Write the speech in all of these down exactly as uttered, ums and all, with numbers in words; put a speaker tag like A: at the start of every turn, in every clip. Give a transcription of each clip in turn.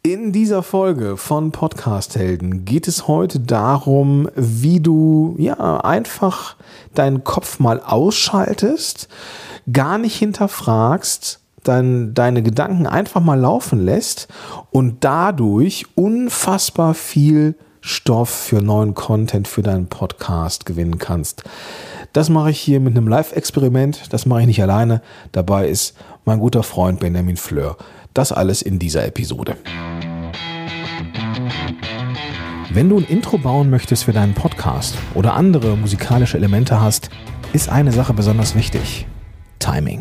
A: In dieser Folge von Podcast Helden geht es heute darum, wie du ja einfach deinen Kopf mal ausschaltest, gar nicht hinterfragst, dann deine Gedanken einfach mal laufen lässt und dadurch unfassbar viel Stoff für neuen Content für deinen Podcast gewinnen kannst. Das mache ich hier mit einem Live-Experiment, das mache ich nicht alleine. Dabei ist mein guter Freund Benjamin Fleur. Das alles in dieser Episode. Wenn du ein Intro bauen möchtest für deinen Podcast oder andere musikalische Elemente hast, ist eine Sache besonders wichtig: Timing.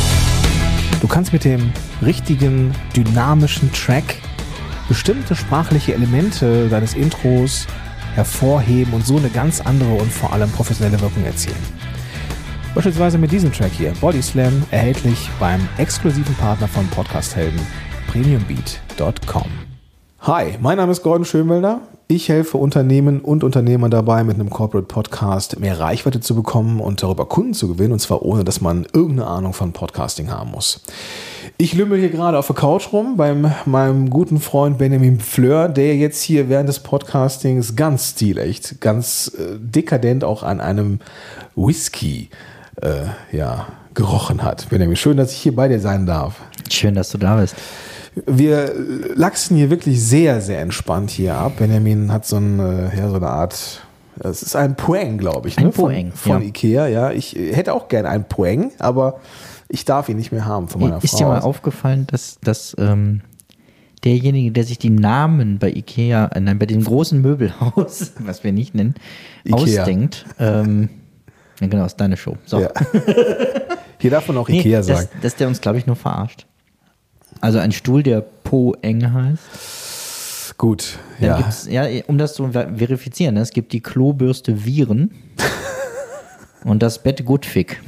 A: Du kannst mit dem richtigen, dynamischen Track bestimmte sprachliche Elemente deines Intros hervorheben und so eine ganz andere und vor allem professionelle Wirkung erzielen. Beispielsweise mit diesem Track hier, Body Slam, erhältlich beim exklusiven Partner von Podcast Helden, premium beat punkt com. Hi, mein Name ist Gordon Schönwelder. Ich helfe Unternehmen und Unternehmern dabei, mit einem Corporate Podcast mehr Reichweite zu bekommen und darüber Kunden zu gewinnen, und zwar ohne, dass man irgendeine Ahnung von Podcasting haben muss. Ich lümmel hier gerade auf der Couch rum bei meinem guten Freund Benjamin Fleur, der jetzt hier während des Podcastings ganz stilecht, ganz äh, dekadent auch an einem Whisky äh, ja, gerochen hat. Benjamin, schön, dass ich hier bei dir sein darf.
B: Schön, dass du da bist.
A: Wir lachsen hier wirklich sehr, sehr entspannt hier ab. Benjamin hat so, ein, ja, so eine Art, es ist ein Poeng, glaube ich,
B: ein
A: ne?
B: Poeng,
A: von, von
B: ja.
A: Ikea. Ja, ich hätte auch gerne einen Poeng, aber ich darf ihn nicht mehr haben von meiner
B: ist
A: Frau.
B: Ist dir mal aufgefallen, dass, dass ähm, derjenige, der sich die Namen bei Ikea, nein, bei dem großen Möbelhaus, was wir nicht nennen, Ikea. ausdenkt, ähm, ja, genau, ist deine Show. So. Ja.
A: Hier darf man auch
B: nee,
A: Ikea sagen.
B: Das, dass der uns, glaube ich, nur verarscht. Also ein Stuhl, der Poeng heißt.
A: Gut,
B: Dann
A: ja.
B: Gibt's, ja. Um das zu verifizieren, es gibt die Klobürste Viren und das Bett Gutfig.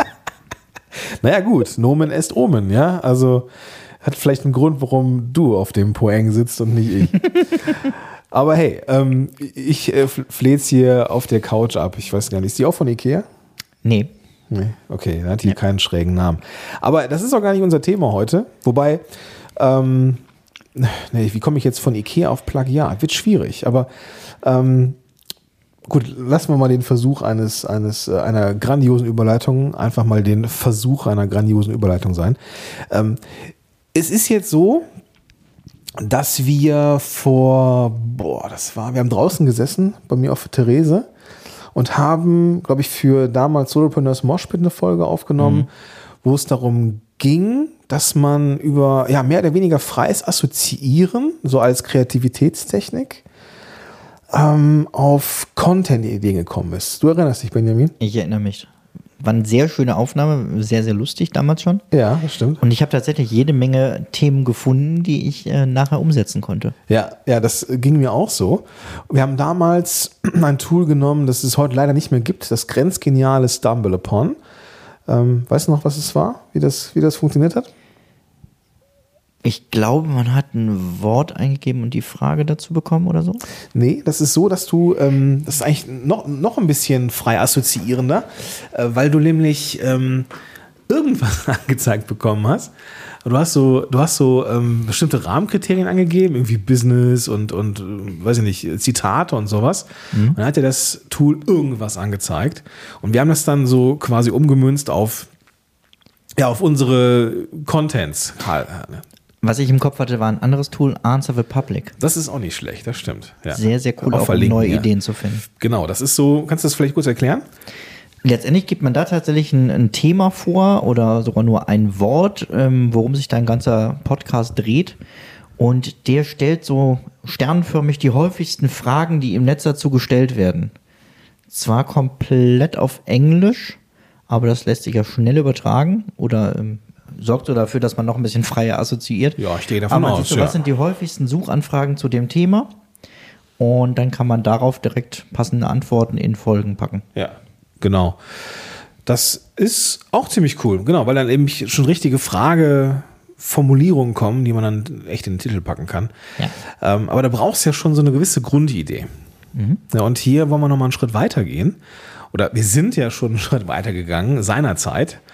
A: Naja gut, Nomen est Omen, ja. Also hat vielleicht einen Grund, warum du auf dem Poeng sitzt und nicht ich. Aber hey, ähm, ich äh, flehe hier auf der Couch ab. Ich weiß gar nicht, ist die auch von Ikea?
B: Nee.
A: Nee, okay, dann hat die ja keinen schrägen Namen. Aber das ist auch gar nicht unser Thema heute. Wobei, ähm, nee, wie komme ich jetzt von Ikea auf Plagiat? Wird schwierig, aber ähm, gut, lassen wir mal den Versuch eines, eines, einer grandiosen Überleitung, einfach mal den Versuch einer grandiosen Überleitung sein. Ähm, es ist jetzt so, dass wir vor, boah, das war, wir haben draußen gesessen, bei mir auf Therese, und haben, glaube ich, für damals Solopreneurs Moshpit eine Folge aufgenommen, mhm. wo es darum ging, dass man über ja, mehr oder weniger freies Assoziieren, so als Kreativitätstechnik, ähm, auf Content-Ideen gekommen ist. Du erinnerst dich, Benjamin?
B: Ich erinnere mich. War eine sehr schöne Aufnahme, sehr, sehr lustig damals schon.
A: Ja, das stimmt.
B: Und ich habe tatsächlich jede Menge Themen gefunden, die ich äh, nachher umsetzen konnte.
A: Ja, ja, das ging mir auch so. Wir haben damals ein Tool genommen, das es heute leider nicht mehr gibt, das grenzgeniale StumbleUpon. Ähm, weißt du noch, was es war? Wie das, wie das funktioniert hat?
B: Ich glaube, man hat ein Wort eingegeben und die Frage dazu bekommen oder so.
A: Nee, das ist so, dass du, ähm, das ist eigentlich noch, noch ein bisschen frei assoziierender, äh, weil du nämlich ähm, irgendwas angezeigt bekommen hast. Du hast so, du hast so ähm, bestimmte Rahmenkriterien angegeben, irgendwie Business und, und äh, weiß ich nicht, Zitate und sowas. Mhm. Und dann hat dir das Tool irgendwas angezeigt. Und wir haben das dann so quasi umgemünzt auf, ja, auf unsere Contents.
B: Was ich im Kopf hatte, war ein anderes Tool, Answer the Public.
A: Das ist auch nicht schlecht, das stimmt. Ja.
B: Sehr, sehr cool, auch, auch um neue ja. Ideen zu finden.
A: Genau, das ist so, kannst du das vielleicht kurz erklären?
B: Letztendlich gibt man da tatsächlich ein, ein Thema vor oder sogar nur ein Wort, ähm, worum sich dein ganzer Podcast dreht. Und der stellt so sternförmig die häufigsten Fragen, die im Netz dazu gestellt werden. Zwar komplett auf Englisch, aber das lässt sich ja schnell übertragen oder ähm, sorgt so dafür, dass man noch ein bisschen freier assoziiert.
A: Ja, ich gehe davon
B: Aber
A: aus.
B: So,
A: ja.
B: Was sind die häufigsten Suchanfragen zu dem Thema? Und dann kann man darauf direkt passende Antworten in Folgen packen.
A: Ja, genau. Das ist auch ziemlich cool. Genau, weil dann eben schon richtige Frageformulierungen kommen, die man dann echt in den Titel packen kann. Ja. Ähm, aber da brauchst du ja schon so eine gewisse Grundidee. Mhm. Ja, und hier wollen wir nochmal einen Schritt weiter gehen. Oder wir sind ja schon einen Schritt weiter gegangen, seinerzeit.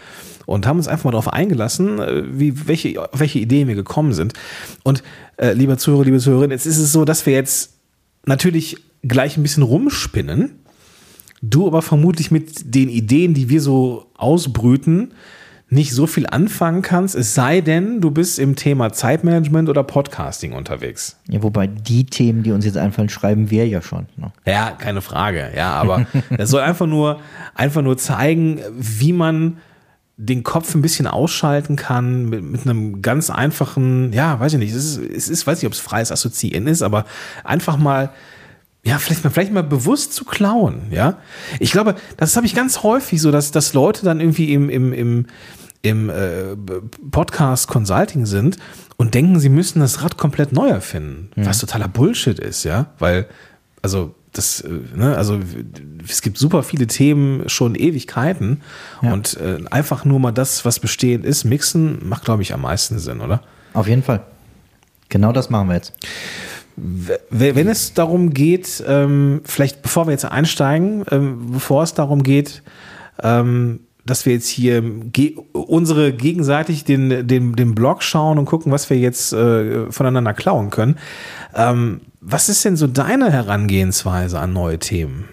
A: und haben uns einfach mal darauf eingelassen, wie, welche, auf welche Ideen wir gekommen sind. Und äh, lieber Zuhörer, liebe Zuhörerin, jetzt ist es so, dass wir jetzt natürlich gleich ein bisschen rumspinnen, du aber vermutlich mit den Ideen, die wir so ausbrüten, nicht so viel anfangen kannst, es sei denn, du bist im Thema Zeitmanagement oder Podcasting unterwegs.
B: Ja, wobei die Themen, die uns jetzt einfallen, schreiben wir ja schon. Ne?
A: Ja, keine Frage. Ja, aber das soll einfach nur, einfach nur zeigen, wie man den Kopf ein bisschen ausschalten kann mit, mit einem ganz einfachen, ja, weiß ich nicht, es ist, es ist weiß nicht, ob es freies Assoziieren ist, aber einfach mal, ja, vielleicht mal, vielleicht mal bewusst zu klauen, ja. Ich glaube, das habe ich ganz häufig so, dass, dass Leute dann irgendwie im, im, im, im äh, Podcast Consulting sind und denken, sie müssen das Rad komplett neu erfinden, mhm. was totaler Bullshit ist, ja, weil, also, das, ne, also, es gibt super viele Themen schon Ewigkeiten ja. und äh, einfach nur mal das, was bestehend ist, mixen, macht, glaube ich, am meisten Sinn, oder?
B: Auf jeden Fall. Genau das machen wir jetzt.
A: Wenn es darum geht, ähm, vielleicht bevor wir jetzt einsteigen, ähm, bevor es darum geht, ähm, dass wir jetzt hier ge- unsere gegenseitig den, den, den Blog schauen und gucken, was wir jetzt äh, voneinander klauen können. Ähm, was ist denn so deine Herangehensweise an neue Themen?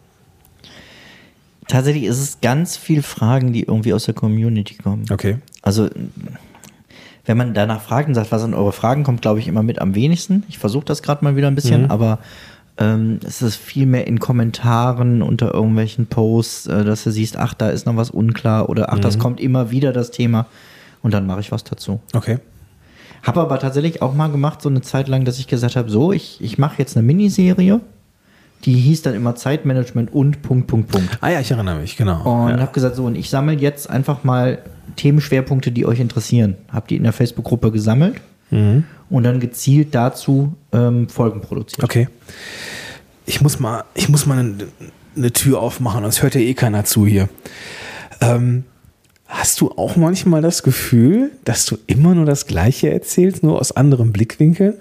B: Tatsächlich ist es ganz viel Fragen, die irgendwie aus der Community kommen.
A: Okay.
B: Also wenn man danach fragt und sagt, was sind eure Fragen, kommt, glaube ich, immer mit am wenigsten. Ich versuche das gerade mal wieder ein bisschen, mhm. aber ähm, es ist viel mehr in Kommentaren unter irgendwelchen Posts, äh, dass du siehst, ach, da ist noch was unklar oder ach, mhm. das kommt immer wieder, das Thema. Und dann mache ich was dazu.
A: Okay.
B: Habe aber tatsächlich auch mal gemacht, so eine Zeit lang, dass ich gesagt habe, so, ich, ich mache jetzt eine Miniserie. Die hieß dann immer Zeitmanagement und Punkt, Punkt, Punkt.
A: Ah ja, ich erinnere mich, genau.
B: Und
A: ja.
B: habe gesagt, so, und ich sammle jetzt einfach mal Themenschwerpunkte, die euch interessieren. Habe die in der Facebook-Gruppe gesammelt mhm. und dann gezielt dazu ähm, Folgen produziert.
A: Okay. Ich muss mal, ich muss mal eine, eine Tür aufmachen, sonst hört ja eh keiner zu hier. Ähm, hast du auch manchmal das Gefühl, dass du immer nur das Gleiche erzählst, nur aus anderen Blickwinkeln?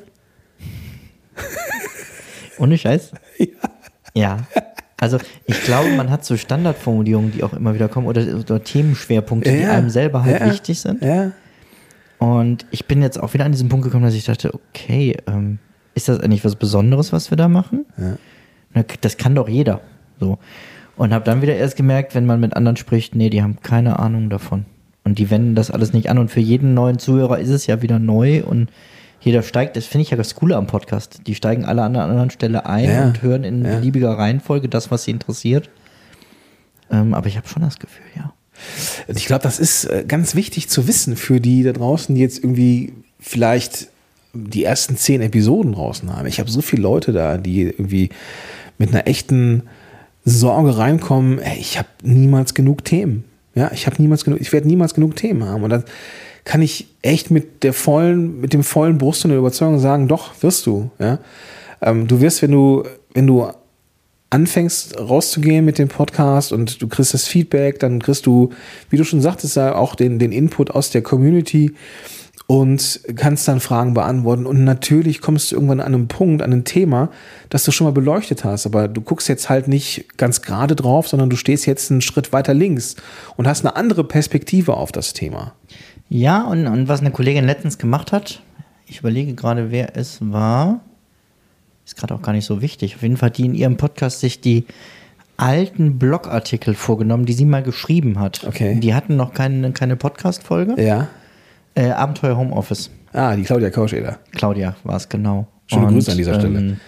B: Ohne Scheiß?
A: Ja.
B: Ja. Also ich glaube, man hat so Standardformulierungen, die auch immer wieder kommen oder, oder Themenschwerpunkte,
A: ja,
B: die einem selber halt
A: ja,
B: wichtig sind.
A: Ja.
B: Und ich bin jetzt auch wieder an diesen Punkt gekommen, dass ich dachte, okay, ähm, ist das eigentlich was Besonderes, was wir da machen? Ja. Das kann doch jeder. So. Und habe dann wieder erst gemerkt, wenn man mit anderen spricht, nee, die haben keine Ahnung davon. Und die wenden das alles nicht an. Und für jeden neuen Zuhörer ist es ja wieder neu und jeder steigt, das finde ich ja das Coole am Podcast. Die steigen alle an einer anderen Stelle ein ja, und hören in ja. beliebiger Reihenfolge das, was sie interessiert. Ähm, aber ich habe schon das Gefühl, ja.
A: Ich glaube, das ist ganz wichtig zu wissen für die da draußen, die jetzt irgendwie vielleicht die ersten zehn Episoden draußen haben. Ich habe so viele Leute da, die irgendwie mit einer echten Sorge reinkommen, ey, ich habe niemals genug Themen. Ja, ich habe niemals genug, ich werde niemals genug Themen haben. Und dann kann ich echt mit der vollen, mit dem vollen Brust und der Überzeugung sagen, doch, wirst du. Ja? Ähm, du wirst, wenn du, wenn du anfängst rauszugehen mit dem Podcast und du kriegst das Feedback, dann kriegst du, wie du schon sagtest, ja auch den, den Input aus der Community und kannst dann Fragen beantworten. Und natürlich kommst du irgendwann an einen Punkt, an ein Thema, das du schon mal beleuchtet hast. Aber du guckst jetzt halt nicht ganz gerade drauf, sondern du stehst jetzt einen Schritt weiter links und hast eine andere Perspektive auf das Thema.
B: Ja, und, und was eine Kollegin letztens gemacht hat, ich überlege gerade, wer es war, ist gerade auch gar nicht so wichtig. Auf jeden Fall hat die in ihrem Podcast sich die alten Blogartikel vorgenommen, die sie mal geschrieben hat.
A: Okay.
B: Die hatten noch keine, keine Podcast-Folge.
A: Ja.
B: Äh, Abenteuer Homeoffice.
A: Ah, die Claudia Kauscheder.
B: Claudia war es, genau.
A: Schöne
B: und,
A: Grüße an dieser Stelle.
B: Ähm,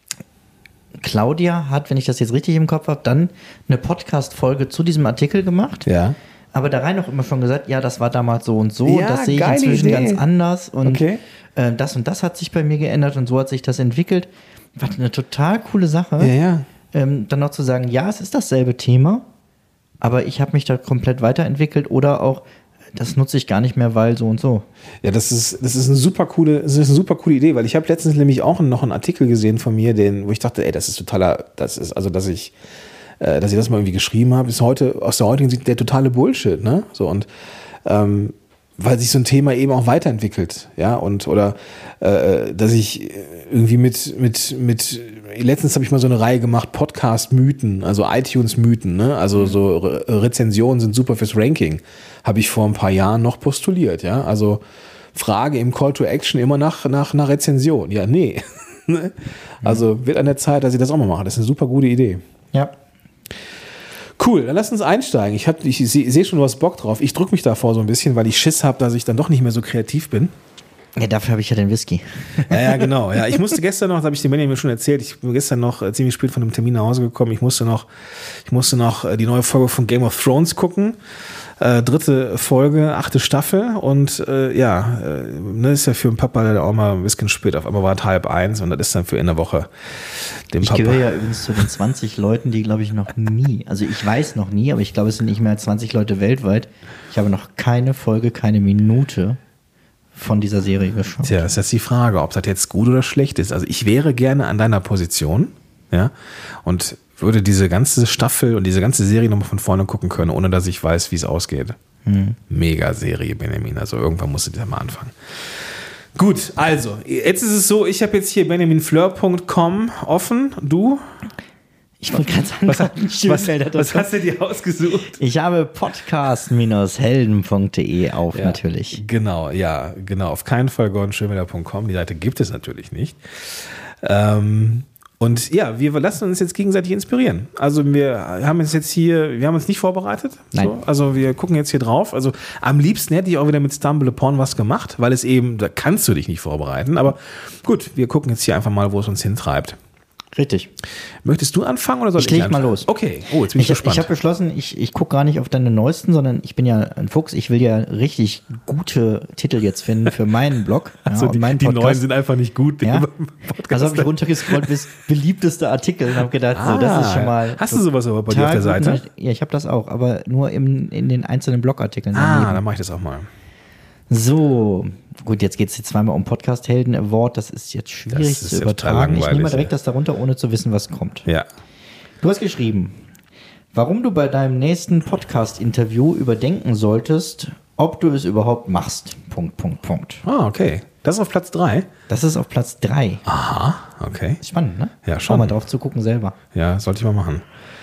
B: Claudia hat, wenn ich das jetzt richtig im Kopf habe, dann eine Podcast-Folge zu diesem Artikel gemacht.
A: Ja.
B: Aber da rein auch immer schon gesagt, ja, das war damals so und so,
A: ja,
B: das sehe ich inzwischen
A: Idee.
B: ganz anders und
A: okay.
B: äh, das und das hat sich bei mir geändert und so hat sich das entwickelt. War eine total coole Sache.
A: Ja, ja.
B: Ähm, dann noch zu sagen, ja, es ist dasselbe Thema, aber ich habe mich da komplett weiterentwickelt oder auch, das nutze ich gar nicht mehr, weil so und so.
A: Ja, das ist, das ist eine super coole, das ist eine super coole Idee, weil ich habe letztens nämlich auch noch einen Artikel gesehen von mir, den, wo ich dachte, ey, das ist totaler, das ist, also, dass ich dass ich das mal irgendwie geschrieben habe, ist heute aus der heutigen Sicht der totale Bullshit, ne? So und ähm, weil sich so ein Thema eben auch weiterentwickelt, ja, und oder äh, dass ich irgendwie mit mit mit letztens habe ich mal so eine Reihe gemacht, Podcast-Mythen, also iTunes-Mythen, ne, also so Re- Rezensionen sind super fürs Ranking, habe ich vor ein paar Jahren noch postuliert, ja, also Frage im Call to Action immer nach nach nach Rezension, ja, nee, also wird an der Zeit, dass ich das auch mal mache, das ist eine super gute Idee.
B: Ja.
A: Cool, dann lass uns einsteigen. Ich, hab, ich sehe seh schon, du hast Bock drauf. Ich drücke mich davor so ein bisschen, weil ich Schiss habe, dass ich dann doch nicht mehr so kreativ bin.
B: Ja, dafür habe ich ja den Whisky.
A: Ja, ja, genau. Ja, ich musste gestern noch, das habe ich dem Benjamin schon erzählt, ich bin gestern noch äh, ziemlich spät von einem Termin nach Hause gekommen. Ich musste noch, ich musste noch äh, die neue Folge von Game of Thrones gucken. Äh, dritte Folge, achte Staffel. Und äh, ja, äh, ne, ist ja für einen Papa der auch mal ein bisschen spät. Auf einmal war es halb eins und das ist dann für in der Woche dem
B: Ich
A: Papa.
B: gehöre ja übrigens zu den zwanzig Leuten, die, glaube ich, noch nie, also ich weiß noch nie, aber ich glaube, es sind nicht mehr als zwanzig Leute weltweit. Ich habe noch keine Folge, keine Minute von dieser Serie geschaut.
A: Tja, ist jetzt die Frage, ob das jetzt gut oder schlecht ist. Also ich wäre gerne an deiner Position, ja, und würde diese ganze Staffel und diese ganze Serie nochmal von vorne gucken können, ohne dass ich weiß, wie es ausgeht. Hm. Mega-Serie, Benjamin. Also irgendwann musst du dir mal anfangen. Gut, also, jetzt ist es so, ich habe jetzt hier benjamin fleur punkt com offen. Du?
B: Ich wollte gerade sagen,
A: was, was, was hast du dir ausgesucht?
B: Ich habe podcast helden punkt de auf,
A: ja,
B: natürlich.
A: Genau, ja, genau. Auf keinen Fall gordon schönwelder punkt com. Die Seite gibt es natürlich nicht. Ähm, und ja, wir lassen uns jetzt gegenseitig inspirieren. Also wir haben uns jetzt hier, wir haben uns nicht vorbereitet.
B: Nein.
A: So. Also wir gucken jetzt hier drauf. Also am liebsten hätte ich auch wieder mit Stumble Upon was gemacht, weil es eben, da kannst du dich nicht vorbereiten. Aber gut, wir gucken jetzt hier einfach mal, wo es uns hintreibt.
B: Richtig.
A: Möchtest du anfangen oder soll ich?
B: Ich leg mal los.
A: Okay, oh, jetzt bin ich,
B: ich
A: gespannt.
B: Ich habe beschlossen, ich, ich gucke gar nicht auf deine neuesten, sondern ich bin ja ein Fuchs. Ich will ja richtig gute Titel jetzt finden für meinen Blog.
A: Also
B: ja,
A: die,
B: meinen
A: die neuen sind einfach nicht gut.
B: Ja? Also habe ich runtergescrollt bis beliebteste Artikel und habe gedacht,
A: ah,
B: so, das ist schon mal.
A: Hast du sowas aber bei dir auf der Seite?
B: Gut. Ja, ich habe das auch, aber nur im, in den einzelnen Blogartikeln.
A: Ah,
B: daneben.
A: dann mache ich das auch mal.
B: So, gut, jetzt geht es jetzt zweimal um Podcast-Helden Award. Das ist jetzt schwierig
A: ist
B: zu
A: ja
B: übertragen. Ich nehme mal direkt
A: ja.
B: das darunter, ohne zu wissen, was kommt.
A: Ja.
B: Du hast geschrieben, warum du bei deinem nächsten Podcast-Interview überdenken solltest, ob du es überhaupt machst. Punkt, Punkt, Punkt.
A: Ah, okay. Das ist auf Platz drei?
B: Das ist auf Platz drei.
A: Aha, okay.
B: Spannend, ne?
A: Ja, schon.
B: Schau mal drauf zu gucken selber.
A: Ja, sollte ich mal machen.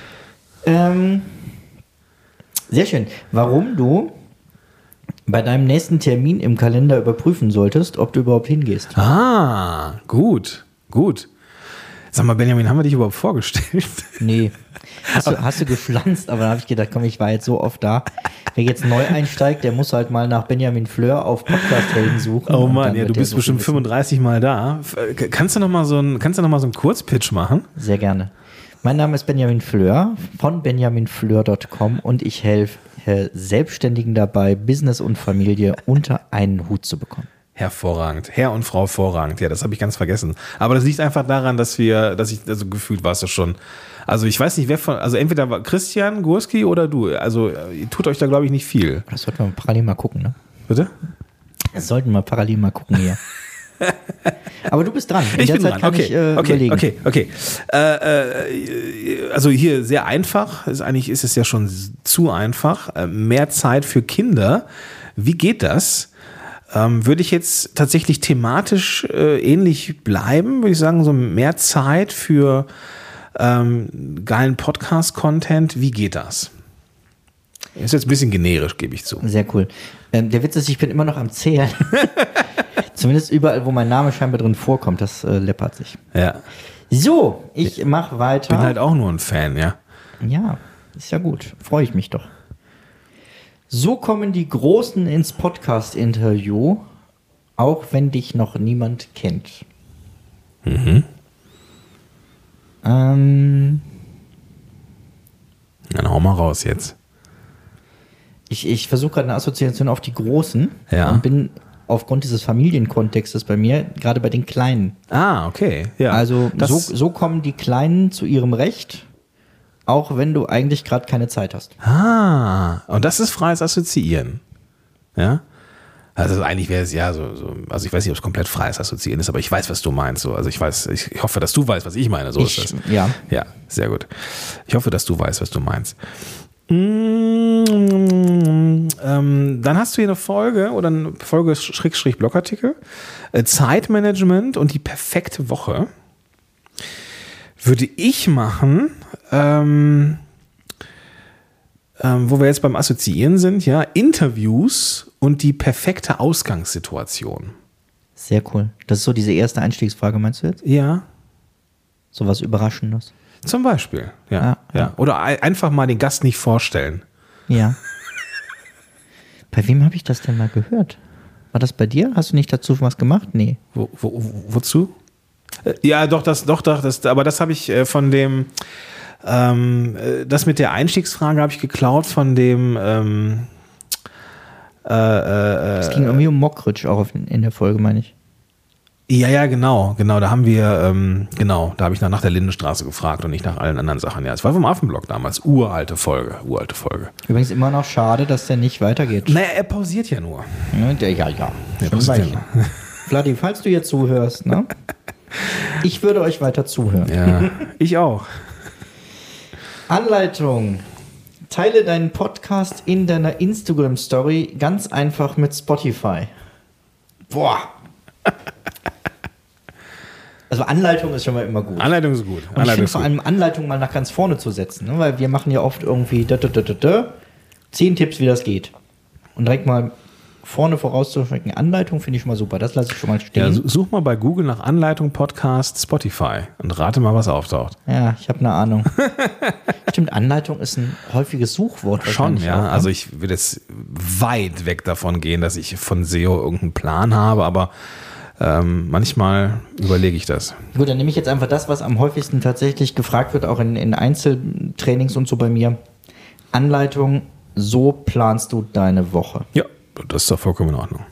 B: Ähm, sehr schön. Warum du bei deinem nächsten Termin im Kalender überprüfen solltest, ob du überhaupt hingehst.
A: Ah, gut, gut. Sag mal, Benjamin, haben wir dich überhaupt vorgestellt?
B: Nee. Hast du, hast du gepflanzt, aber dann habe ich gedacht, komm, ich war jetzt so oft da. Wer jetzt neu einsteigt, der muss halt mal nach Benjamin Fleur auf Podcast-Helden suchen.
A: Oh Mann, ja, du bist so bestimmt fünfunddreißig Mal da. Kannst du noch mal so einen, kannst du noch mal so einen Kurzpitch machen?
B: Sehr gerne. Mein Name ist Benjamin Fleur von benjamin fleur punkt com und ich helfe Selbstständigen dabei, Business und Familie unter einen Hut zu bekommen.
A: Hervorragend. Herr und Frau vorragend. Ja, das habe ich ganz vergessen. Aber das liegt einfach daran, dass wir, dass ich, also gefühlt war es das schon. Also ich weiß nicht, wer von, also entweder war Christian Gurski oder du. Also ihr tut euch da, glaube ich, nicht viel.
B: Das sollten wir parallel mal gucken, ne?
A: Bitte?
B: Das sollten wir parallel mal gucken hier. Aber du bist dran. In
A: ich
B: der
A: bin
B: Zeit
A: dran.
B: kann
A: Okay,
B: ich äh,
A: okay,
B: überlegen.
A: okay, okay. Äh, äh, also hier sehr einfach. Ist, eigentlich ist es ja schon zu einfach. Äh, mehr Zeit für Kinder. Wie geht das? Ähm, würde ich jetzt tatsächlich thematisch äh, ähnlich bleiben, würde ich sagen, so mehr Zeit für ähm, geilen Podcast-Content. Wie geht das? Ist jetzt ein bisschen generisch, gebe ich zu.
B: Sehr cool. Ähm, der Witz ist, ich bin immer noch am Zählen. Zumindest überall, wo mein Name scheinbar drin vorkommt, das äh, läppert sich.
A: Ja.
B: So, ich mache weiter.
A: Ich bin halt auch nur ein Fan, ja.
B: Ja, ist ja gut. Freue ich mich doch. So kommen die Großen ins Podcast-Interview, auch wenn dich noch niemand kennt.
A: Mhm.
B: Ähm,
A: Dann hau mal raus jetzt.
B: ich ich versuche gerade eine Assoziation auf die Großen
A: Ja.
B: und bin aufgrund dieses Familienkontextes bei mir gerade bei den Kleinen.
A: Ah, okay. Ja.
B: Also
A: das,
B: so, so kommen die Kleinen zu ihrem Recht, auch wenn du eigentlich gerade keine Zeit hast.
A: Ah, und das ist freies Assoziieren. Ja? Also eigentlich wäre es ja so, so, also ich weiß nicht, ob es komplett freies Assoziieren ist, aber ich weiß, was du meinst. So. Also ich weiß, ich hoffe, dass du weißt, was ich meine. So
B: Ich-
A: ist das.
B: ja.
A: Ja, sehr gut. Ich hoffe, dass du weißt, was du meinst. Mm, ähm, dann hast du hier eine Folge oder eine Folge Schrägstrich Blogartikel. Äh, Zeitmanagement und die perfekte Woche. Würde ich machen, ähm, ähm, wo wir jetzt beim Assoziieren sind, ja, Interviews und die perfekte Ausgangssituation.
B: Sehr cool. Das ist so diese erste Einstiegsfrage, meinst du jetzt?
A: Ja.
B: So was Überraschendes.
A: Zum Beispiel, ja.
B: Ja,
A: ja.
B: ja.
A: Oder ein- einfach mal den Gast nicht vorstellen.
B: Ja. Bei wem habe ich das denn mal gehört? War das bei dir? Hast du nicht dazu was gemacht? Nee.
A: Wo, wo, wozu? Äh, Ja, doch, das, doch, doch, das, aber das habe ich äh, von dem, ähm, äh, das mit der Einstiegsfrage habe ich geklaut von dem, ähm, äh, äh,
B: Es ging irgendwie um Mockridge auch auf, in der Folge, meine ich.
A: ja, ja, genau, genau, da haben wir, ähm, genau, da habe ich nach, nach der Lindenstraße gefragt und nicht nach allen anderen Sachen. Ja, es war vom Affenblog damals, uralte Folge, uralte Folge.
B: Übrigens immer noch schade, dass der nicht weitergeht.
A: Naja, er pausiert ja nur.
B: Ja, der, ja, ja.
A: Er
B: Schon
A: pausiert
B: weich.
A: ja nur.
B: Vladi, falls du hier zuhörst, ne? Ich würde euch weiter zuhören.
A: Ja, ich auch.
B: Anleitung. Teile deinen Podcast in deiner Instagram-Story ganz einfach mit Spotify. Boah. Also Anleitung ist schon mal immer gut.
A: Anleitung ist gut.
B: Und ich
A: Anleitung
B: finde
A: ist
B: vor
A: gut.
B: allem Anleitung mal nach ganz vorne zu setzen, ne? Weil wir machen ja oft irgendwie da, da, da, da, da, zehn Tipps, wie das geht. Und direkt mal vorne vorauszuschicken, Anleitung finde ich schon mal super. Das lasse ich schon mal stehen.
A: Ja, such mal bei Google nach Anleitung Podcast Spotify und rate mal, was auftaucht.
B: Ja, ich habe eine Ahnung. Stimmt, Anleitung ist ein häufiges Suchwort.
A: Schon,
B: wahrscheinlich
A: ja.
B: auch, ne?
A: Also ich will jetzt weit weg davon gehen, dass ich von S E O irgendeinen Plan habe, aber ähm, manchmal überlege ich das.
B: Gut, dann nehme ich jetzt einfach das, was am häufigsten tatsächlich gefragt wird, auch in, in Einzeltrainings und so bei mir. Anleitung, so planst du deine Woche.
A: Ja, das ist doch vollkommen in Ordnung.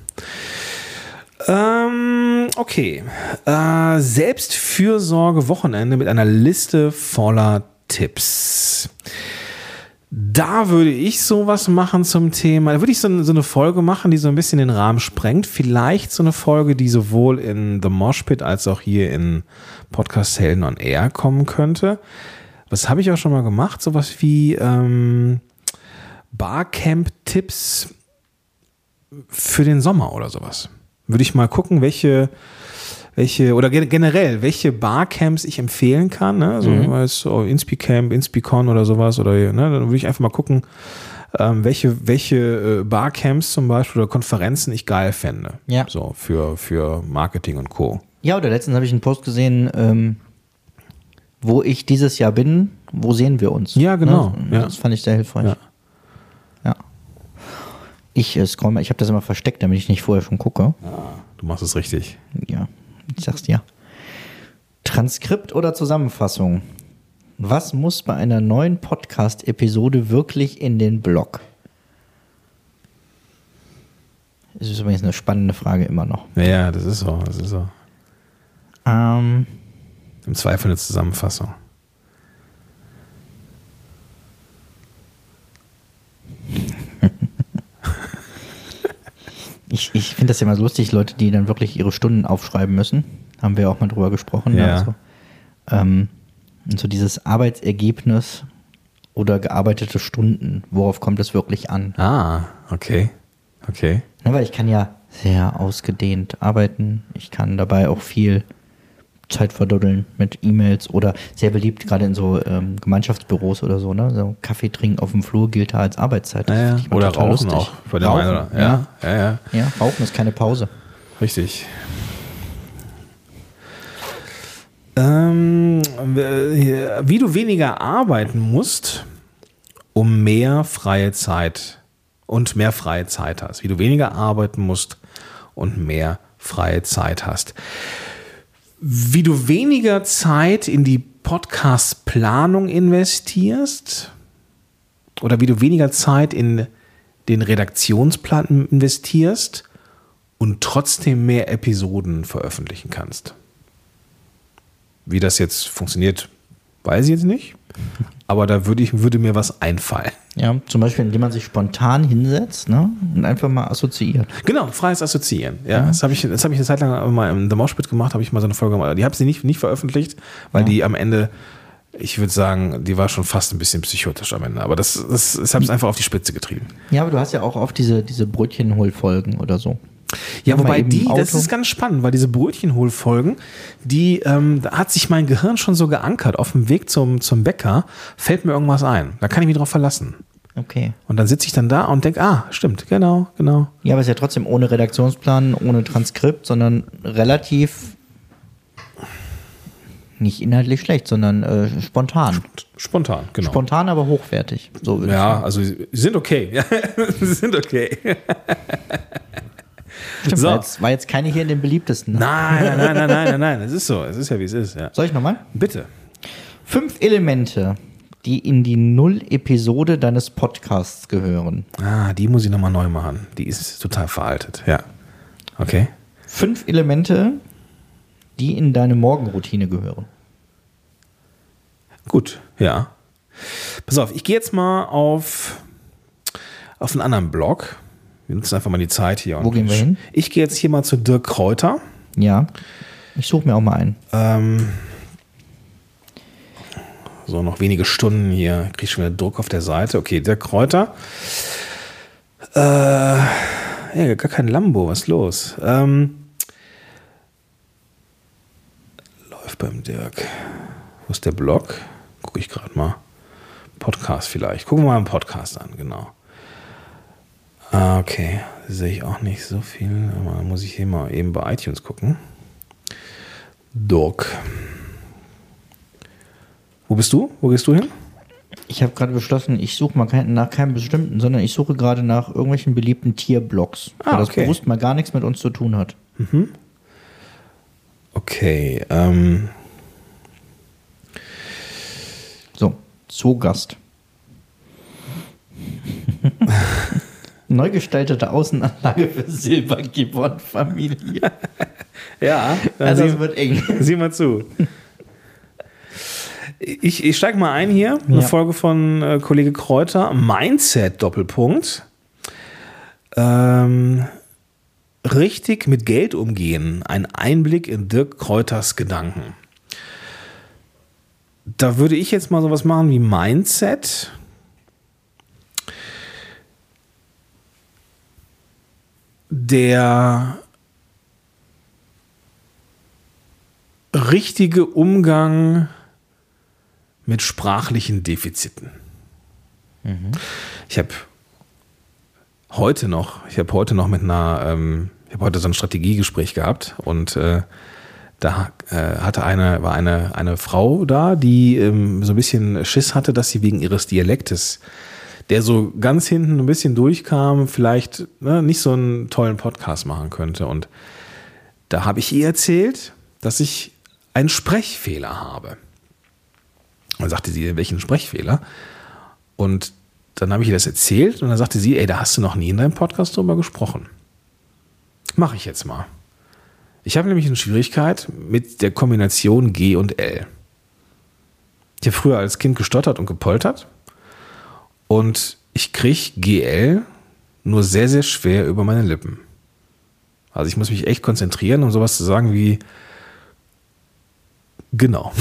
A: Ähm, okay. Äh, Selbstfürsorge-Wochenende mit einer Liste voller Tipps. Da würde ich sowas machen zum Thema. Da würde ich so, so eine Folge machen, die so ein bisschen den Rahmen sprengt. Vielleicht so eine Folge, die sowohl in The Mosh Pit als auch hier in Podcast Helden on Air kommen könnte. Das habe ich auch schon mal gemacht. Sowas wie ähm, Barcamp-Tipps für den Sommer oder sowas. Würde ich mal gucken, welche, welche oder generell, welche Barcamps ich empfehlen kann. Ne? So, mhm. so Inspicamp, Inspicon oder sowas. Oder, ne? Dann würde ich einfach mal gucken, ähm, welche, welche äh, Barcamps zum Beispiel oder Konferenzen ich geil fände.
B: Ja.
A: So für, für Marketing und Co. Ja,
B: oder letztens habe ich einen Post gesehen, ähm, wo ich dieses Jahr bin, wo sehen wir uns?
A: Ja, genau.
B: Ne?
A: Ja.
B: Das fand ich sehr hilfreich.
A: Ja.
B: Ja. Ich äh, scroll mal, ich habe das immer versteckt, damit ich nicht vorher schon gucke.
A: Ja, du machst es richtig.
B: Ja, ich sag's dir. Transkript oder Zusammenfassung? Was muss bei einer neuen Podcast-Episode wirklich in den Blog? Das ist übrigens eine spannende Frage immer noch.
A: Ja, das ist so, das ist so.
B: Ähm,
A: Im Zweifel eine Zusammenfassung.
B: Ich, ich finde das ja immer so lustig, Leute, die dann wirklich ihre Stunden aufschreiben müssen. Haben wir auch mal drüber gesprochen.
A: Ja.
B: Ne? Also, ähm, und so dieses Arbeitsergebnis oder gearbeitete Stunden, worauf kommt es wirklich an?
A: Ah, okay. Okay.
B: Ja, weil ich kann ja sehr ausgedehnt arbeiten. Ich kann dabei auch viel Zeit verduddeln mit E-Mails oder sehr beliebt, gerade in so ähm, Gemeinschaftsbüros oder so, ne? So Kaffee trinken auf dem Flur gilt da als Arbeitszeit. Das
A: Ja, ja.
B: finde ich mal
A: Oder
B: total
A: rauchen
B: lustig.
A: auch. Bei der
B: Rauchen,
A: einen oder, ja,
B: ja.
A: ja, ja.
B: Ja, Rauchen ist keine Pause.
A: Richtig. Ähm, wie du weniger arbeiten musst, um mehr freie Zeit und mehr freie Zeit hast. Wie du weniger arbeiten musst und mehr freie Zeit hast. Wie du weniger Zeit in die Podcast-Planung investierst oder wie du weniger Zeit in den Redaktionsplan investierst und trotzdem mehr Episoden veröffentlichen kannst. Wie das jetzt funktioniert, weiß ich jetzt nicht, aber da würde, ich, würde mir was einfallen.
B: Ja, zum Beispiel, indem man sich spontan hinsetzt, ne, und einfach mal assoziiert.
A: Genau, freies Assoziieren. Ja,
B: Ja.
A: das habe ich, das habe ich eine Zeit lang mal im The Mosh Pit gemacht, habe ich mal so eine Folge gemacht. Die habe sie nicht, nicht veröffentlicht, weil
B: Ja.
A: die am Ende ich würde sagen, die war schon fast ein bisschen psychotisch am Ende. Aber das, das, das habe ich einfach auf die Spitze getrieben.
B: Ja, aber du hast ja auch oft diese, diese Brötchenholfolgen oder so.
A: Ja,
B: Mal
A: wobei
B: eben
A: die,
B: Auto.
A: das ist ganz spannend, weil diese Brötchenholfolgen, die, ähm, da hat sich mein Gehirn schon so geankert. Auf dem Weg zum, zum Bäcker fällt mir irgendwas ein. Da kann ich mich drauf verlassen.
B: Okay.
A: Und dann sitze ich dann da und denke, ah, stimmt, genau, genau.
B: Ja, aber es ist ja trotzdem ohne Redaktionsplan, ohne Transkript, sondern relativ nicht inhaltlich schlecht, sondern äh, spontan.
A: Spontan, genau.
B: Spontan, aber hochwertig. So würde ich
A: Ja,
B: sagen.
A: also sie sind okay. Ja, sie sind okay.
B: Stimmt,
A: so.
B: war, jetzt, war jetzt keine hier in den beliebtesten. Ne?
A: Nein, nein, nein, nein, nein, nein, nein. Es ist so. Es ist ja, wie es ist. Ja.
B: Soll ich nochmal?
A: Bitte.
B: Fünf Elemente, die in die Null-Episode deines Podcasts gehören.
A: Ah, die muss ich nochmal neu machen. Die ist total veraltet. Ja. Okay.
B: Fünf Elemente, die in deine Morgenroutine gehören.
A: Gut, ja. Pass auf, ich gehe jetzt mal auf, auf einen anderen Blog. Wir nutzen einfach mal die Zeit hier.
B: Wo gehen wir hin?
A: Ich gehe jetzt hier mal zu Dirk Kräuter.
B: Ja, ich suche mir auch mal einen.
A: Ähm, so, noch wenige Stunden hier. Kriege ich schon wieder Druck auf der Seite. Okay, Dirk Kräuter. Äh, ja, gar kein Lambo, was ist los? Ähm, läuft beim Dirk. Wo ist der Blog? Gucke ich gerade mal. Podcast vielleicht. Gucken wir mal einen Podcast an, genau. Ah, okay. Sehe ich auch nicht so viel. Aber muss ich hier mal eben bei iTunes gucken. Dirk. Wo bist du? Wo gehst du hin?
B: Ich habe gerade beschlossen, ich suche mal kein, nach keinem bestimmten, sondern ich suche gerade nach irgendwelchen beliebten Tierblogs,
A: Ah,
B: weil das
A: okay.
B: bewusst mal gar nichts mit uns zu tun hat.
A: Okay. Ähm,
B: So, Zoogast. Neu gestaltete Außenanlage für Silbergibbon-Familie.
A: ja,
B: Also
A: sieh,
B: das wird eng.
A: sieh mal zu. Ich, ich steige mal ein hier. Eine
B: Ja.
A: Folge von äh, Kollege Kräuter. Mindset Doppelpunkt. Ähm, richtig mit Geld umgehen. Ein Einblick in Dirk Kräuters Gedanken. Da würde ich jetzt mal sowas machen wie Mindset. Der richtige Umgang mit sprachlichen Defiziten. Mhm. Ich habe heute noch, ich habe heute noch mit einer, ähm, ich habe heute so ein Strategiegespräch gehabt und äh, da äh, hatte eine, war eine, eine Frau da, die ähm, so ein bisschen Schiss hatte, dass sie wegen ihres Dialektes, der so ganz hinten ein bisschen durchkam, vielleicht ne, nicht so einen tollen Podcast machen könnte. Und da habe ich ihr erzählt, dass ich einen Sprechfehler habe. Und dann sagte sie, welchen Sprechfehler? Und dann habe ich ihr das erzählt und dann sagte sie, ey, da hast du noch nie in deinem Podcast drüber gesprochen. Mache ich jetzt mal. Ich habe nämlich eine Schwierigkeit mit der Kombination G und L. Ich habe früher als Kind gestottert und gepoltert und ich kriege G L nur sehr, sehr schwer über meine Lippen. Also ich muss mich echt konzentrieren, um sowas zu sagen wie genau.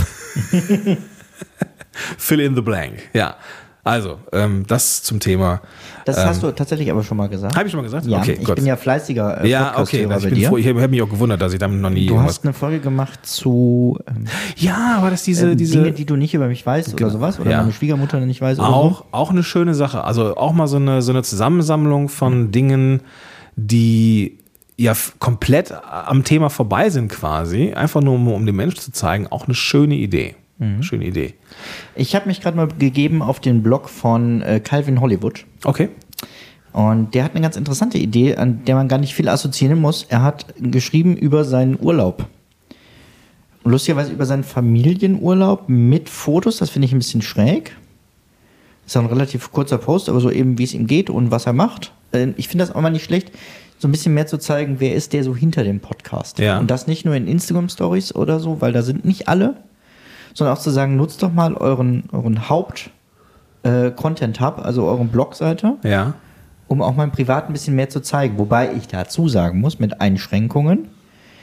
A: Fill in the blank. Ja, also ähm, das zum Thema.
B: Das
A: ähm,
B: hast du tatsächlich aber schon mal gesagt.
A: Habe ich schon mal gesagt?
B: Ja,
A: okay,
B: ich
A: Gott.
B: bin ja fleißiger äh,
A: Ja, okay,
B: Podcast-Hörer
A: also ich,
B: bei
A: bin
B: dir.
A: froh, ich habe mich auch gewundert, dass ich damit noch nie
B: Du
A: irgendwas...
B: hast eine Folge gemacht zu ähm,
A: Ja, war das diese...
B: ähm,
A: diese
B: Dinge, die du nicht über mich weißt
A: Genau.
B: oder sowas? Oder
A: Ja.
B: meine Schwiegermutter nicht weiß oder
A: auch,
B: so?
A: auch eine schöne Sache. Also auch mal so eine, so eine Zusammensammlung von Dingen, die ja f- komplett am Thema vorbei sind quasi. Einfach nur, um, um dem Menschen zu zeigen. Auch eine schöne Idee.
B: Mhm.
A: Schöne Idee.
B: Ich habe mich gerade mal gegeben auf den Blog von äh, Calvin Hollywood.
A: Okay.
B: Und der hat eine ganz interessante Idee, an der man gar nicht viel assoziieren muss. Er hat geschrieben über seinen Urlaub. Lustigerweise über seinen Familienurlaub mit Fotos. Das finde ich ein bisschen schräg. Ist auch ein relativ kurzer Post, aber so eben, wie es ihm geht und was er macht. Äh, Ich finde das auch mal nicht schlecht, so ein bisschen mehr zu zeigen, wer ist der so hinter dem Podcast.
A: Ja.
B: Und das nicht nur in Instagram-Stories oder so, weil da sind nicht alle, sondern auch zu sagen, nutzt doch mal euren, euren Haupt-Content-Hub, also euren Blogseite,
A: Ja.
B: um auch mal im Privat ein bisschen mehr zu zeigen. Wobei ich dazu sagen muss, mit Einschränkungen,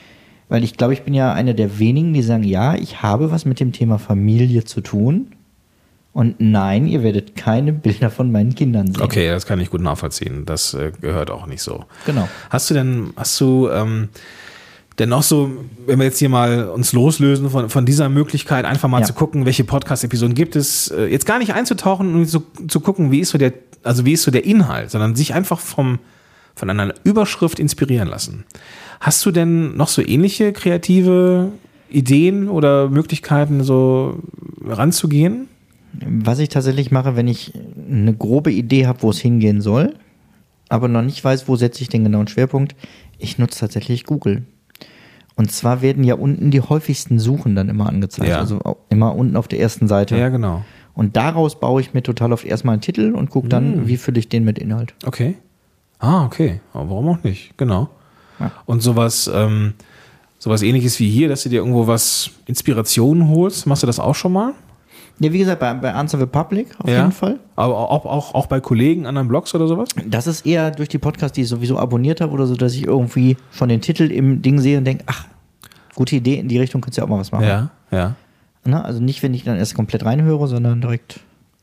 B: Weil ich glaube, ich bin ja einer der wenigen, die sagen, ja, ich habe was mit dem Thema Familie zu tun. Und nein, ihr werdet keine Bilder von meinen Kindern sehen.
A: Okay, das kann ich gut nachvollziehen. Das äh, gehört auch nicht so.
B: Genau.
A: Hast du denn, hast du ähm, denn noch so, wenn wir jetzt hier mal uns loslösen von, von dieser Möglichkeit, einfach mal
B: Ja.
A: zu gucken, welche Podcast-Episoden gibt es, äh, jetzt gar nicht einzutauchen und zu, zu gucken, wie ist so der, also wie ist so der Inhalt, sondern sich einfach vom, von einer Überschrift inspirieren lassen. Hast du denn noch so ähnliche kreative Ideen oder Möglichkeiten, so ranzugehen?
B: Was ich tatsächlich mache, wenn ich eine grobe Idee habe, wo es hingehen soll, aber noch nicht weiß, wo setze ich den genauen Schwerpunkt, ich nutze tatsächlich Google. Und zwar werden ja unten die häufigsten Suchen dann immer angezeigt,
A: Ja.
B: also au- immer unten auf der ersten Seite.
A: Ja, genau.
B: Und daraus baue ich mir total oft erstmal einen Titel und gucke dann,
A: Mm.
B: wie fülle ich den mit Inhalt.
A: Okay. Ah, okay. Aber warum auch nicht? Genau.
B: Ja.
A: Und sowas, ähm, sowas ähnliches wie hier, dass du dir irgendwo was Inspirationen holst, machst du das auch schon mal?
B: Ja, wie gesagt, bei, bei Answer the Public auf
A: Ja.
B: jeden Fall.
A: Aber auch, auch, auch bei Kollegen, anderen Blogs oder sowas?
B: Das ist eher durch die Podcasts, die ich sowieso abonniert habe oder so, dass ich irgendwie von den Titel im Ding sehe und denke, ach, gute Idee, in die Richtung könntest du ja auch mal was machen.
A: Ja, ja.
B: Na, also nicht, wenn ich dann erst komplett reinhöre, sondern direkt.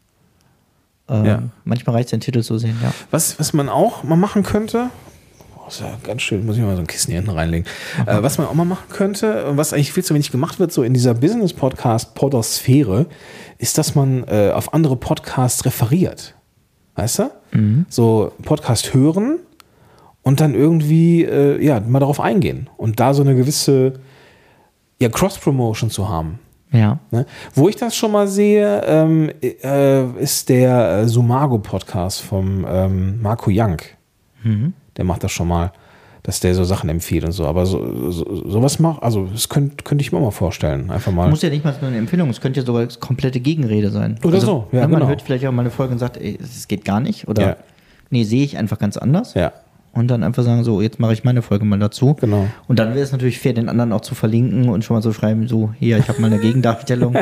B: Ähm,
A: Ja.
B: Manchmal reicht es, den Titel zu sehen, ja.
A: Was, was man auch mal machen könnte, oh, ist ja ganz schön, muss ich mal so ein Kissen hier hinten reinlegen. Äh, was man auch mal machen könnte, und was eigentlich viel zu wenig gemacht wird, so in dieser Business-Podcast-Podosphäre, ist, dass man äh, auf andere Podcasts referiert. Weißt du?
B: Mhm.
A: So Podcast hören und dann irgendwie äh, ja, mal darauf eingehen und da so eine gewisse ja, Cross-Promotion zu haben.
B: Ja.
A: Ne? Wo ich das schon mal sehe, ähm, äh, ist der äh, Sumago-Podcast vom ähm, Marco Young.
B: Mhm.
A: Der macht das schon mal, dass der so Sachen empfiehlt und so. Aber so, so, sowas macht, also das könnte könnt ich mir auch mal vorstellen. Einfach mal.
B: Muss ja nicht mal so eine Empfehlung, es könnte ja sogar komplette Gegenrede sein.
A: Oder
B: also,
A: so, ja,
B: ne, Man
A: genau.
B: hört vielleicht auch mal eine Folge und sagt, ey, es geht gar nicht. Oder
A: Ja.
B: nee, sehe ich einfach ganz anders.
A: Ja,
B: Und dann einfach sagen, so, jetzt mache ich meine Folge mal dazu.
A: genau.
B: Und dann wäre es natürlich fair, den anderen auch zu verlinken und schon mal so schreiben, so, hier, ich habe mal eine Gegendarstellung.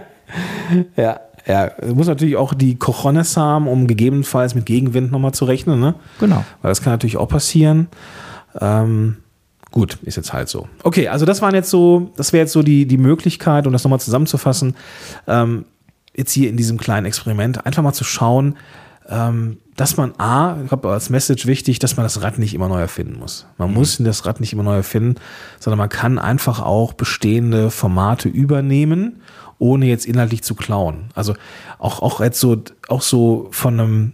A: Ja, ja. Du musst natürlich auch die Cojones haben, um gegebenenfalls mit Gegenwind nochmal zu rechnen, ne?
B: Genau.
A: Weil das kann natürlich auch passieren. Ähm, gut, ist jetzt halt so. Okay, also das waren jetzt so, das wäre jetzt so die, die Möglichkeit, um das nochmal zusammenzufassen, ähm, jetzt hier in diesem kleinen Experiment einfach mal zu schauen, ähm, dass man A, ich glaube als Message wichtig, dass man das Rad nicht immer neu erfinden muss. Man mhm. muss das Rad nicht immer neu erfinden, sondern man kann einfach auch bestehende Formate übernehmen, ohne jetzt inhaltlich zu klauen. Also auch, auch jetzt so, auch so von einem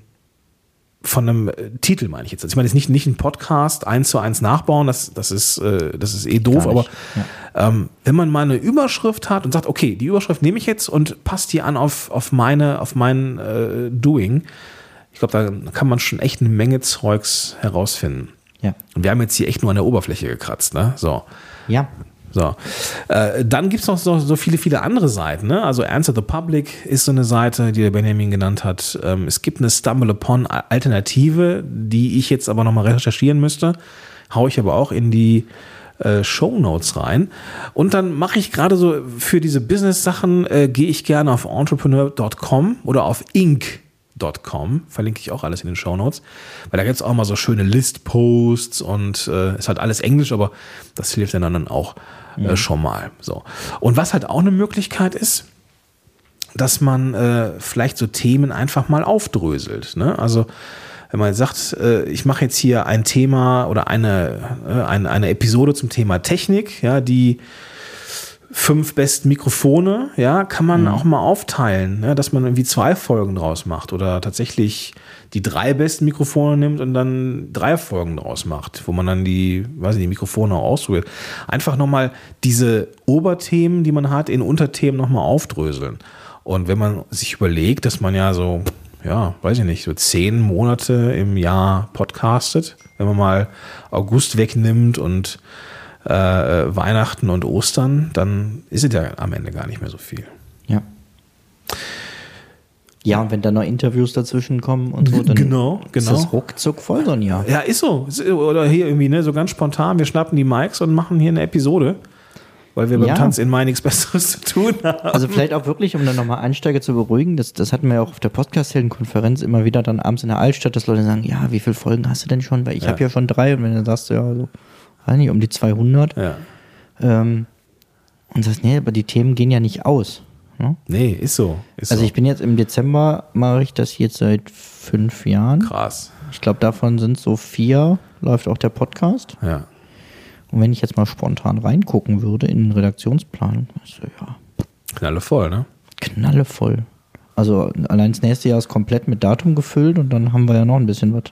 A: Von einem äh, Titel meine ich jetzt. Also ich meine jetzt nicht, nicht einen Podcast eins zu eins nachbauen, das, das, ist, äh, das ist eh doof,
B: Gar
A: aber
B: nicht, ja.
A: ähm, wenn man mal eine Überschrift hat und sagt, okay, die Überschrift nehme ich jetzt und passt die an auf, auf, meine, auf mein äh, Doing, ich glaube, da kann man schon echt eine Menge Zeugs herausfinden.
B: Ja.
A: Und wir haben jetzt hier echt nur an der Oberfläche gekratzt, ne? So.
B: Ja.
A: So. Äh, dann gibt es noch so, so viele, viele andere Seiten. Ne? Also Answer the Public ist so eine Seite, die der Benjamin genannt hat. Ähm, es gibt eine Stumble Upon Alternative, die ich jetzt aber nochmal recherchieren müsste. Hau ich aber auch in die äh, Shownotes rein. Und dann mache ich gerade so für diese Business-Sachen, äh, gehe ich gerne auf entrepreneur Punkt com oder auf inc Punkt com, verlinke ich auch alles in den Shownotes, weil da gibt es auch mal so schöne List-Posts und äh, ist halt alles Englisch, aber das hilft dann dann auch äh, schon mal. So. Und was halt auch eine Möglichkeit ist, dass man äh, vielleicht so Themen einfach mal aufdröselt. Ne? Also wenn man sagt, äh, ich mache jetzt hier ein Thema oder eine, äh, eine, eine Episode zum Thema Technik, ja, die fünf besten Mikrofone, ja, kann man mhm. auch mal aufteilen, ne, dass man irgendwie zwei Folgen draus macht oder tatsächlich die drei besten Mikrofone nimmt und dann drei Folgen draus macht, wo man dann die, weiß ich, die Mikrofone auswählt. Einfach nochmal diese Oberthemen, die man hat, in Unterthemen nochmal aufdröseln. Und wenn man sich überlegt, dass man ja so, ja, weiß ich nicht, so zehn Monate im Jahr podcastet, wenn man mal August wegnimmt und äh, Weihnachten und Ostern, dann ist es ja am Ende gar nicht mehr so viel.
B: Ja. Ja, und wenn da noch Interviews dazwischen kommen und so, dann
A: genau, genau.
B: ist das ruckzuck voll so ein Jahr.
A: Ja, ist so. Oder hier irgendwie, ne, so ganz spontan, wir schnappen die Mics und machen hier eine Episode, weil wir beim
B: Ja.
A: Tanz in Mai nichts Besseres zu tun haben.
B: Also vielleicht auch wirklich, um dann nochmal Einsteiger zu beruhigen, das, das hatten wir ja auch auf der Podcast-Helden-Konferenz immer wieder dann abends in der Altstadt, dass Leute sagen, ja, wie viele Folgen hast du denn schon? Weil ich
A: Ja.
B: habe ja schon drei und wenn du sagst, ja, so, weiß nicht, um die zweihundert,
A: Ja.
B: Ähm, und sagst, nee, aber die Themen gehen ja nicht aus. Ne?
A: Nee, ist so. Ist
B: also
A: so.
B: ich bin jetzt im Dezember, mache ich das jetzt seit fünf Jahren.
A: Krass.
B: Ich glaube, davon sind so vier, läuft auch der Podcast.
A: Ja.
B: Und wenn ich jetzt mal spontan reingucken würde in den Redaktionsplan, also ja.
A: Knalle voll, ne?
B: Knalle voll. Also allein das nächste Jahr ist komplett mit Datum gefüllt und dann haben wir ja noch ein bisschen was.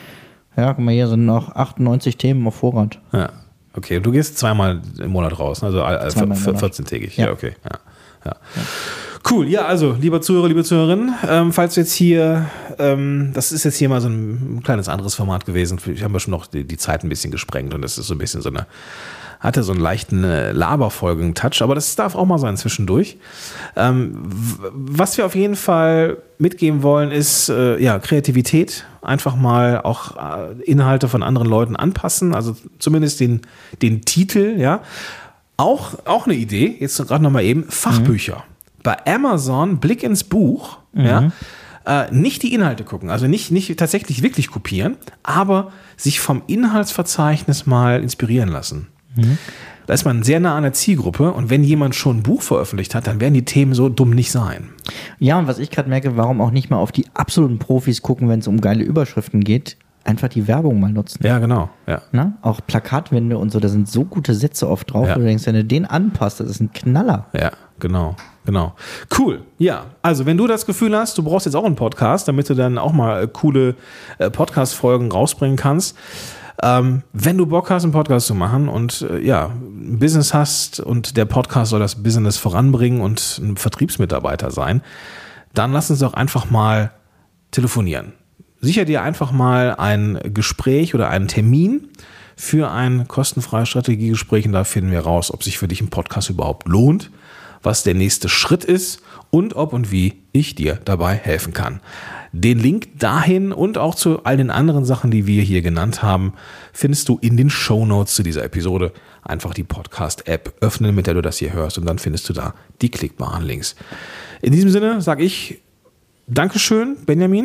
B: Ja, guck mal, hier sind noch achtundneunzig Themen auf Vorrat.
A: Ja. Okay, du gehst zweimal im Monat raus, also vierzehn-tägig.
B: Ja,
A: ja, okay. Ja. Ja. Ja. Cool, ja, also, lieber Zuhörer, liebe Zuhörerinnen, ähm, falls du jetzt hier, ähm, das ist jetzt hier mal so ein kleines anderes Format gewesen, ich habe ja schon noch die, die Zeit ein bisschen gesprengt und das ist so ein bisschen so eine, hatte so einen leichten äh, Laberfolgen-Touch, aber das darf auch mal sein zwischendurch. Ähm, w- was wir auf jeden Fall mitgeben wollen, ist äh, ja Kreativität, einfach mal auch äh, Inhalte von anderen Leuten anpassen, also zumindest den, den Titel, ja. Auch, auch eine Idee, jetzt gerade nochmal eben, Fachbücher. Mhm. Bei Amazon, Blick ins Buch, mhm. ja, äh, nicht die Inhalte gucken, also nicht, nicht tatsächlich wirklich kopieren, aber sich vom Inhaltsverzeichnis mal inspirieren lassen. Mhm. Da ist man sehr nah an der Zielgruppe und wenn jemand schon ein Buch veröffentlicht hat, dann werden die Themen so dumm nicht sein.
B: Ja, und was ich gerade merke, warum auch nicht mal auf die absoluten Profis gucken, wenn es um geile Überschriften geht, einfach die Werbung mal nutzen.
A: Ja, genau. Ja.
B: Na? Auch Plakatwände und so, da sind so gute Sätze oft drauf,
A: ja.
B: wo du denkst, wenn du den anpasst, das ist ein Knaller.
A: Ja, genau. Genau. Cool. Ja, also wenn du das Gefühl hast, du brauchst jetzt auch einen Podcast, damit du dann auch mal coole äh, Podcast-Folgen rausbringen kannst. Ähm, wenn du Bock hast, einen Podcast zu machen und äh, ja, ein Business hast und der Podcast soll das Business voranbringen und ein Vertriebsmitarbeiter sein, dann lass uns doch einfach mal telefonieren. Sicher dir einfach mal ein Gespräch oder einen Termin für ein kostenfreies Strategiegespräch und da finden wir raus, ob sich für dich ein Podcast überhaupt lohnt, was der nächste Schritt ist und ob und wie ich dir dabei helfen kann. Den Link dahin und auch zu all den anderen Sachen, die wir hier genannt haben, findest du in den Shownotes zu dieser Episode. Einfach die Podcast-App öffnen, mit der du das hier hörst und dann findest du da die klickbaren Links. In diesem Sinne sage ich Dankeschön, Benjamin,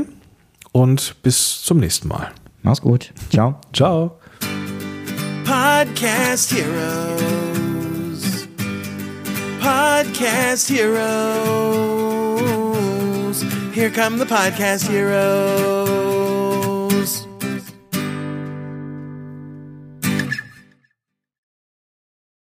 A: und bis zum nächsten Mal.
B: Mach's gut. Ciao.
A: Ciao.
C: Podcast Heroes. Podcast Heroes. Here come the Podcast Heroes.